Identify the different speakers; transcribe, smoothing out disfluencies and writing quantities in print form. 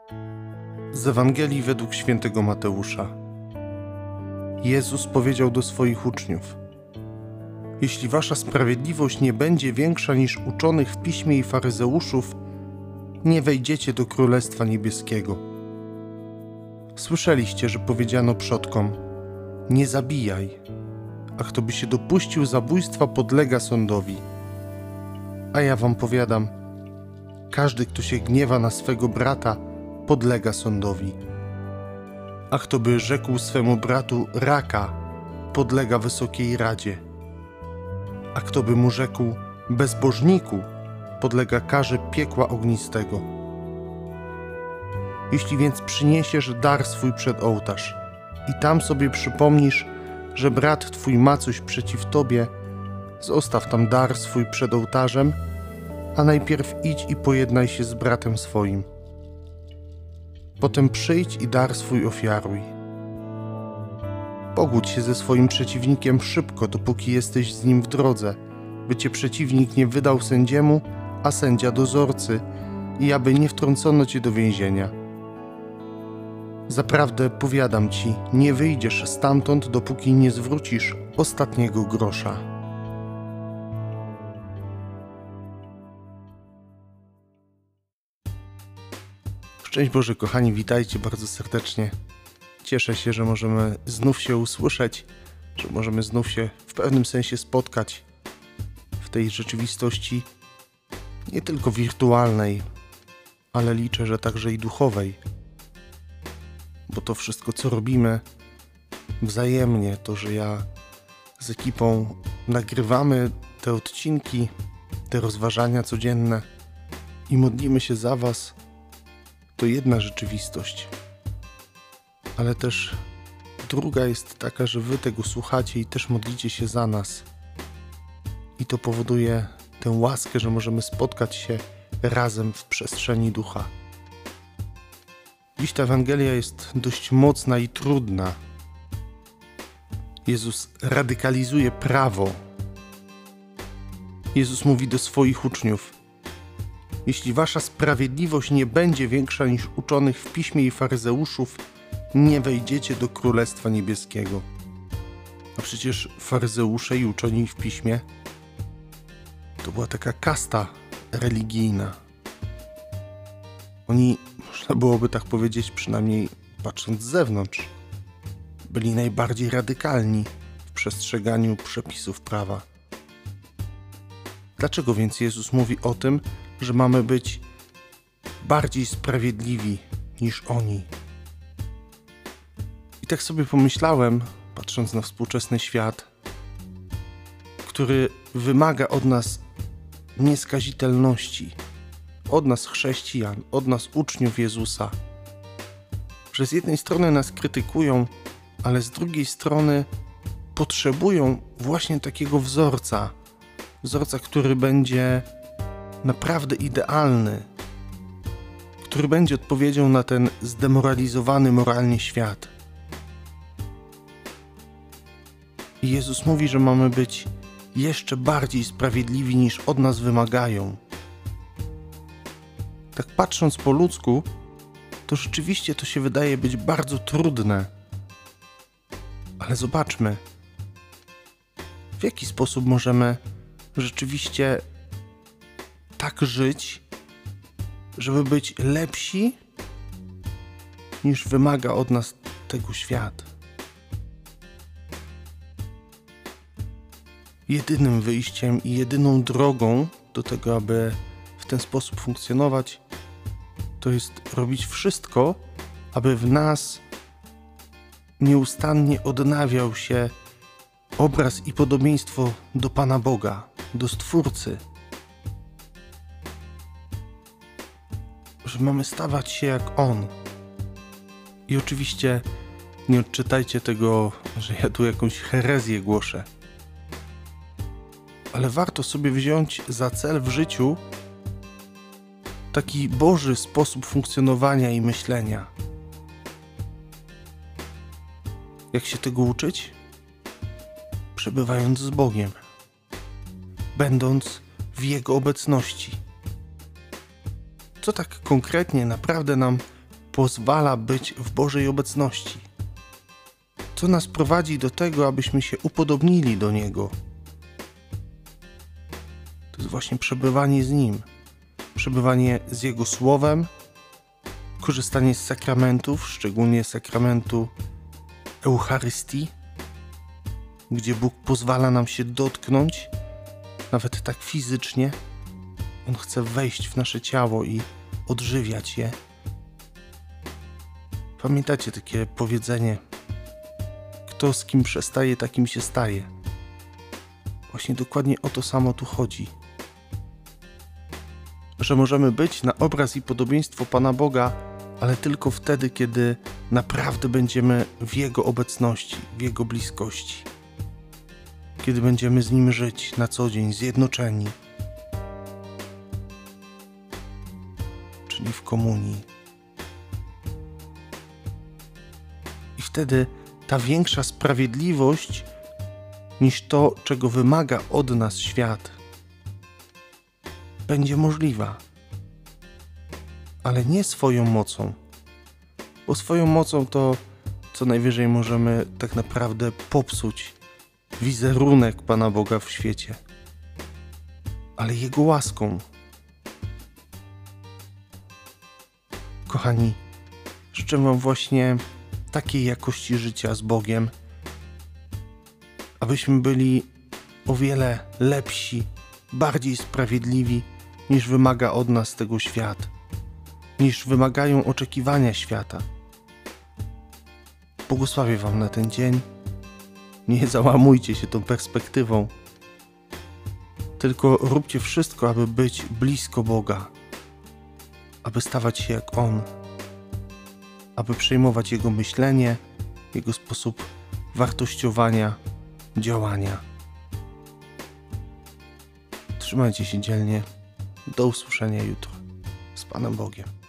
Speaker 1: Z Ewangelii według świętego Mateusza. Jezus powiedział do swoich uczniów: jeśli wasza sprawiedliwość nie będzie większa niż uczonych w piśmie i faryzeuszów, nie wejdziecie do Królestwa Niebieskiego. Słyszeliście, że powiedziano przodkom: nie zabijaj, a kto by się dopuścił zabójstwa, podlega sądowi. A ja wam powiadam, każdy, kto się gniewa na swego brata, podlega sądowi. A kto by rzekł swemu bratu raka, podlega Wysokiej Radzie. A kto by mu rzekł bezbożniku, podlega karze piekła ognistego. Jeśli więc przyniesiesz dar swój przed ołtarz i tam sobie przypomnisz, że brat twój ma coś przeciw tobie, zostaw tam dar swój przed ołtarzem, a najpierw idź i pojednaj się z bratem swoim. Potem przyjdź i dar swój ofiaruj. Pogódź się ze swoim przeciwnikiem szybko, dopóki jesteś z nim w drodze, by cię przeciwnik nie wydał sędziemu, a sędzia dozorcy, i aby nie wtrącono cię do więzienia. Zaprawdę powiadam ci, nie wyjdziesz stamtąd, dopóki nie zwrócisz ostatniego grosza. Szczęść Boże, kochani, witajcie bardzo serdecznie. Cieszę się, że możemy znów się usłyszeć, że możemy znów się w pewnym sensie spotkać w tej rzeczywistości nie tylko wirtualnej, ale liczę, że także i duchowej. Bo to wszystko, co robimy wzajemnie, to, że ja z ekipą nagrywamy te odcinki, te rozważania codzienne i modlimy się za was, to jedna rzeczywistość. Ale też druga jest taka, że wy tego słuchacie i też modlicie się za nas. I to powoduje tę łaskę, że możemy spotkać się razem w przestrzeni ducha. Dziś ta Ewangelia jest dość mocna i trudna. Jezus radykalizuje prawo. Jezus mówi do swoich uczniów: jeśli wasza sprawiedliwość nie będzie większa niż uczonych w piśmie i faryzeuszów, nie wejdziecie do Królestwa Niebieskiego. A przecież faryzeusze i uczeni w piśmie to była taka kasta religijna. Oni, można byłoby tak powiedzieć, przynajmniej patrząc z zewnątrz, byli najbardziej radykalni w przestrzeganiu przepisów prawa. Dlaczego więc Jezus mówi o tym, że mamy być bardziej sprawiedliwi niż oni? I tak sobie pomyślałem, patrząc na współczesny świat, który wymaga od nas nieskazitelności, od nas chrześcijan, od nas uczniów Jezusa, że z jednej strony nas krytykują, ale z drugiej strony potrzebują właśnie takiego wzorca, który będzie naprawdę idealny, który będzie odpowiedzią na ten zdemoralizowany moralnie świat. I Jezus mówi, że mamy być jeszcze bardziej sprawiedliwi niż od nas wymagają. Tak patrząc po ludzku, to rzeczywiście to się wydaje być bardzo trudne. Ale zobaczmy, w jaki sposób możemy rzeczywiście tak żyć, żeby być lepsi niż wymaga od nas tego świat. Jedynym wyjściem i jedyną drogą do tego, aby w ten sposób funkcjonować, to jest robić wszystko, aby w nas nieustannie odnawiał się obraz i podobieństwo do Pana Boga, do Stwórcy. Że mamy stawać się jak On. I oczywiście nie odczytajcie tego, że ja tu jakąś herezję głoszę. Ale warto sobie wziąć za cel w życiu taki Boży sposób funkcjonowania i myślenia. Jak się tego uczyć? Przebywając z Bogiem, będąc w Jego obecności. Co tak konkretnie naprawdę nam pozwala być w Bożej obecności? Co nas prowadzi do tego, abyśmy się upodobnili do Niego? To jest właśnie przebywanie z Nim, przebywanie z Jego Słowem, korzystanie z sakramentów, szczególnie sakramentu Eucharystii, gdzie Bóg pozwala nam się dotknąć, nawet tak fizycznie. On chce wejść w nasze ciało i odżywiać je. Pamiętacie takie powiedzenie: kto z kim przestaje, takim się staje. Właśnie dokładnie o to samo tu chodzi. Że możemy być na obraz i podobieństwo Pana Boga, ale tylko wtedy, kiedy naprawdę będziemy w Jego obecności, w Jego bliskości. Kiedy będziemy z Nim żyć na co dzień, zjednoczeni. Czyli w komunii. I wtedy ta większa sprawiedliwość niż to, czego wymaga od nas świat, będzie możliwa. Ale nie swoją mocą. Bo swoją mocą to co najwyżej możemy tak naprawdę popsuć wizerunek Pana Boga w świecie. Ale Jego łaską. Kochani, życzę Wam właśnie takiej jakości życia z Bogiem, abyśmy byli o wiele lepsi, bardziej sprawiedliwi, niż wymaga od nas tego świat, niż wymagają oczekiwania świata. Błogosławię Wam na ten dzień. Nie załamujcie się tą perspektywą, tylko róbcie wszystko, aby być blisko Boga, aby stawać się jak On, aby przejmować Jego myślenie, Jego sposób wartościowania, działania. Trzymajcie się dzielnie. Do usłyszenia jutro. Z Panem Bogiem.